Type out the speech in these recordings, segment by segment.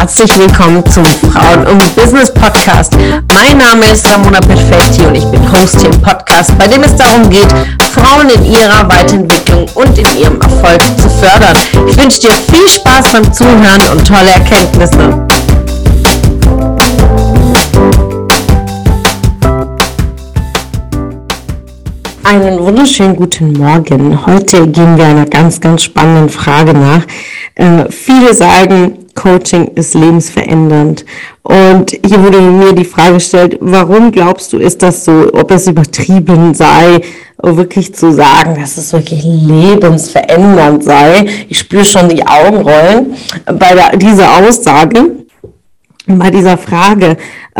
herzlich willkommen zum Frauen und Business Podcast. Mein Name ist Ramona Perfetti und ich bin Host hier im Podcast, bei dem es darum geht, Frauen in ihrer Weiterentwicklung und in ihrem Erfolg zu fördern. Ich wünsche dir viel Spaß beim Zuhören und tolle Erkenntnisse. Einen wunderschönen guten Morgen. Heute gehen wir einer ganz, ganz spannenden Frage nach. Viele sagen, Coaching ist lebensverändernd. Und hier wurde mir die Frage gestellt, warum glaubst du, ist das so, ob es übertrieben sei, wirklich zu sagen, dass es wirklich lebensverändernd sei. Ich spüre schon die Augenrollen bei dieser Aussage, bei dieser Frage.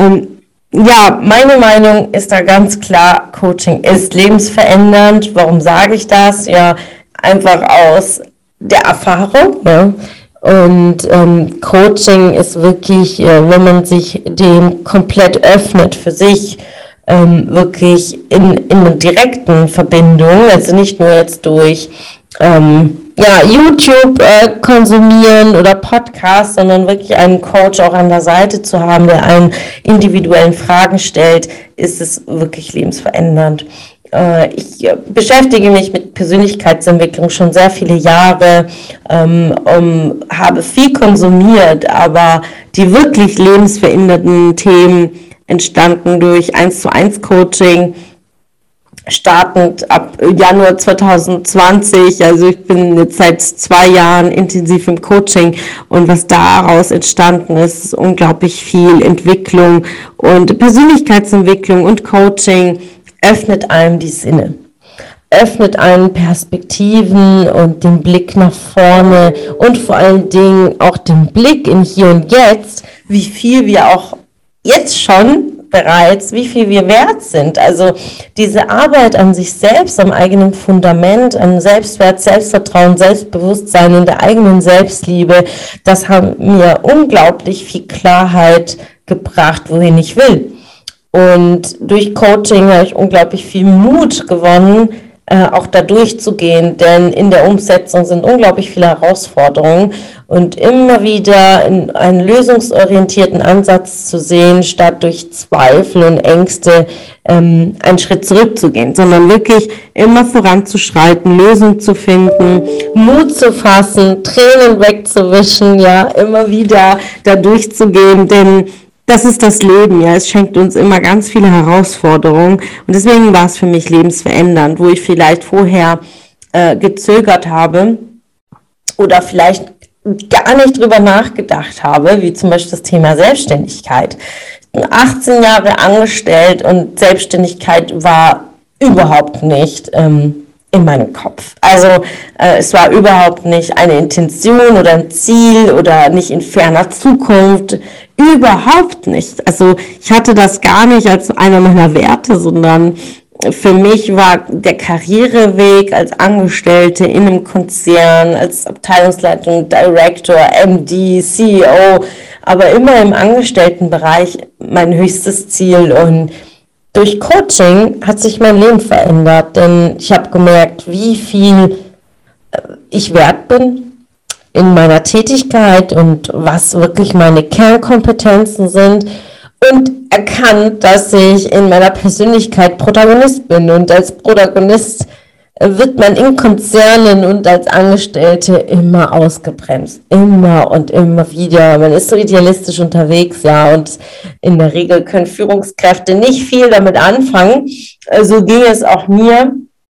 Ja, meine Meinung ist da ganz klar, Coaching ist lebensverändernd. Warum sage ich das? Ja, einfach aus der Erfahrung. Ja. Und Coaching ist wirklich, wenn man sich dem komplett öffnet für sich, wirklich in einer direkten Verbindung, also nicht nur jetzt durch YouTube konsumieren oder Podcast, sondern wirklich einen Coach auch an der Seite zu haben, der einen individuellen Fragen stellt, ist es wirklich lebensverändernd. Ich beschäftige mich mit Persönlichkeitsentwicklung schon sehr viele Jahre, habe viel konsumiert, aber die wirklich lebensverändernden Themen entstanden durch 1:1 Coaching, startend ab Januar 2020, also ich bin jetzt seit 2 Jahren intensiv im Coaching und was daraus entstanden ist, ist unglaublich viel Entwicklung und Persönlichkeitsentwicklung und Coaching öffnet einem die Sinne, öffnet einen Perspektiven und den Blick nach vorne und vor allen Dingen auch den Blick in Hier und Jetzt, wie viel wir auch jetzt schon bereits, wie viel wir wert sind. Also diese Arbeit an sich selbst, am eigenen Fundament, an Selbstwert, Selbstvertrauen, Selbstbewusstsein und der eigenen Selbstliebe, das hat mir unglaublich viel Klarheit gebracht, wohin ich will. Und durch Coaching habe ich unglaublich viel Mut gewonnen, auch da durchzugehen, denn in der Umsetzung sind unglaublich viele Herausforderungen und immer wieder einen lösungsorientierten Ansatz zu sehen, statt durch Zweifel und Ängste einen Schritt zurückzugehen, sondern wirklich immer voranzuschreiten, Lösungen zu finden, Mut zu fassen, Tränen wegzuwischen, ja, immer wieder da durchzugehen, denn das ist das Leben, ja. Es schenkt uns immer ganz viele Herausforderungen und deswegen war es für mich lebensverändernd, wo ich vielleicht vorher gezögert habe oder vielleicht gar nicht drüber nachgedacht habe, wie zum Beispiel das Thema Selbstständigkeit. Ich bin 18 Jahre angestellt und Selbstständigkeit war überhaupt nicht in meinem Kopf. Also es war überhaupt nicht eine Intention oder ein Ziel oder nicht in ferner Zukunft. Überhaupt nicht. Also ich hatte das gar nicht als einer meiner Werte, sondern für mich war der Karriereweg als Angestellte in einem Konzern, als Abteilungsleitung, Director, MD, CEO, aber immer im Angestelltenbereich mein höchstes Ziel. Und durch Coaching hat sich mein Leben verändert, denn ich habe gemerkt, wie viel ich wert bin in meiner Tätigkeit und was wirklich meine Kernkompetenzen sind und erkannt, dass ich in meiner Persönlichkeit Protagonist bin und als Protagonist wird man in Konzernen und als Angestellte immer ausgebremst, immer und immer wieder. Man ist so idealistisch unterwegs, ja, und in der Regel können Führungskräfte nicht viel damit anfangen. So ging es auch mir.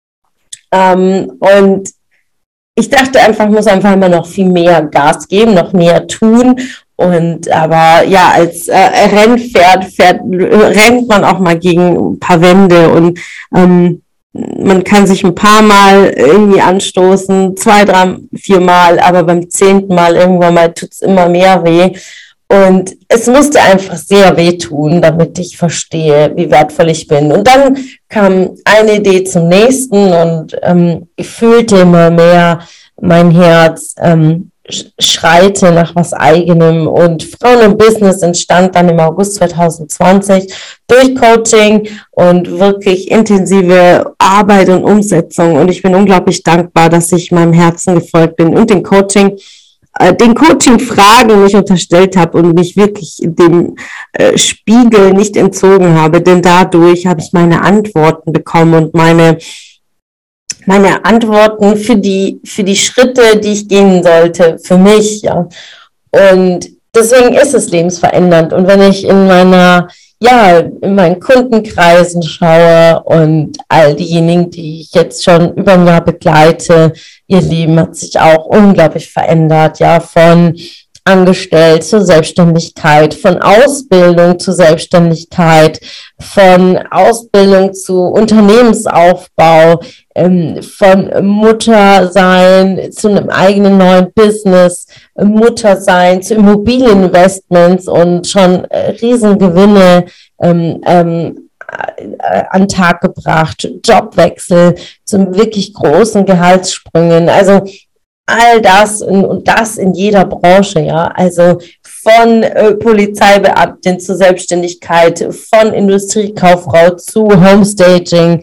Und ich dachte einfach, ich muss einfach immer noch viel mehr Gas geben, noch mehr tun. Aber ja, als Rennpferd rennt man auch mal gegen ein paar Wände und man kann sich ein paar Mal irgendwie anstoßen, 2, 3, 4 Mal, aber beim 10. Mal irgendwann mal tut's immer mehr weh. Und es musste einfach sehr weh tun, damit ich verstehe, wie wertvoll ich bin. Und dann kam eine Idee zum nächsten und ich fühlte immer mehr, mein Herz schreite nach was Eigenem. Und Frauen im Business entstand dann im August 2020 durch Coaching und wirklich intensive Arbeit und Umsetzung. Und ich bin unglaublich dankbar, dass ich meinem Herzen gefolgt bin und dem Coaching den Coaching-Fragen nicht unterstellt habe und mich wirklich dem Spiegel nicht entzogen habe, denn dadurch habe ich meine Antworten bekommen und meine Antworten für die Schritte, die ich gehen sollte, für mich, ja. Und deswegen ist es lebensverändernd. Und wenn ich in meinen Kundenkreisen schaue und all diejenigen, die ich jetzt schon über ein Jahr begleite, ihr Leben hat sich auch unglaublich verändert, ja, von angestellt zur Selbstständigkeit, von Ausbildung zu Selbstständigkeit, von Ausbildung zu Unternehmensaufbau, von Muttersein zu einem eigenen neuen Business, Muttersein zu Immobilieninvestments und schon Riesengewinne an den Tag gebracht, Jobwechsel zu wirklich großen Gehaltssprüngen. Also all das und das in jeder Branche, ja, also von Polizeibeamtin zur Selbstständigkeit, von Industriekauffrau zu Homestaging,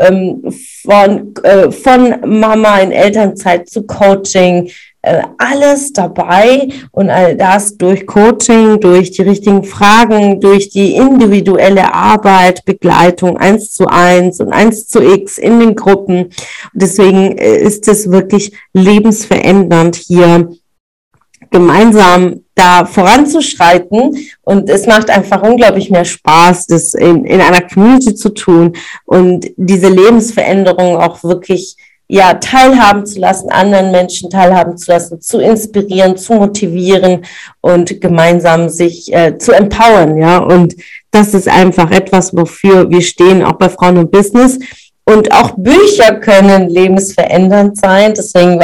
von Mama in Elternzeit zu Coaching, alles dabei und all das durch Coaching, durch die richtigen Fragen, durch die individuelle Arbeit, Begleitung 1:1 und 1:x in den Gruppen. Und deswegen ist es wirklich lebensverändernd, hier gemeinsam da voranzuschreiten und es macht einfach unglaublich mehr Spaß, das in einer Community zu tun und diese Lebensveränderung auch wirklich teilhaben zu lassen, anderen Menschen teilhaben zu lassen, zu inspirieren, zu motivieren und gemeinsam sich zu empowern, ja. Und das ist einfach etwas, wofür wir stehen, auch bei Frauen und Business. Und auch Bücher können lebensverändernd sein. Deswegen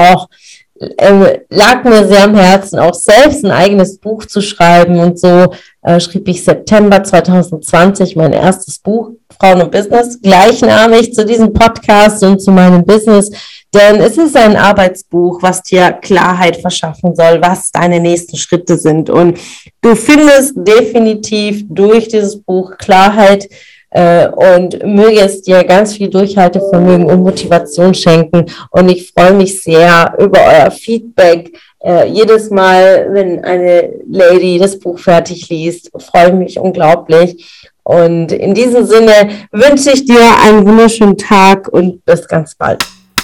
lag mir sehr am Herzen, auch selbst ein eigenes Buch zu schreiben. Und so schrieb ich September 2020 mein erstes Buch, Frauen und Business, gleichnamig zu diesem Podcast und zu meinem Business. Denn es ist ein Arbeitsbuch, was dir Klarheit verschaffen soll, was deine nächsten Schritte sind. Und du findest definitiv durch dieses Buch Klarheit und möge es dir ganz viel Durchhaltevermögen und Motivation schenken. Und ich freue mich sehr über euer Feedback. Jedes Mal, wenn eine Lady das Buch fertig liest, freue ich mich unglaublich. Und in diesem Sinne wünsche ich dir einen wunderschönen Tag und bis ganz bald.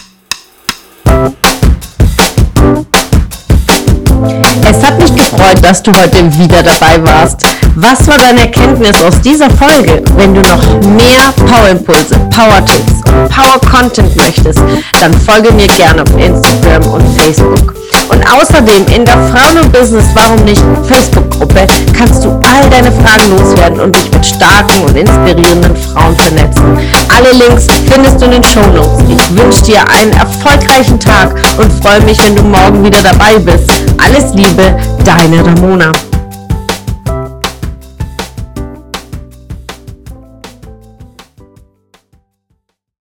Es hat mich gefreut, dass du heute wieder dabei warst. Was war deine Erkenntnis aus dieser Folge? Wenn du noch mehr Powerimpulse, Power-Tipps und Power-Content möchtest, dann folge mir gerne auf Instagram und Facebook. Und außerdem in der Frauen und Business Warum nicht Facebook-Gruppe kannst du all deine Fragen loswerden und dich mit starken und inspirierenden Frauen vernetzen. Alle Links findest du in den Shownotes. Ich wünsche dir einen erfolgreichen Tag und freue mich, wenn du morgen wieder dabei bist. Alles Liebe, deine Ramona.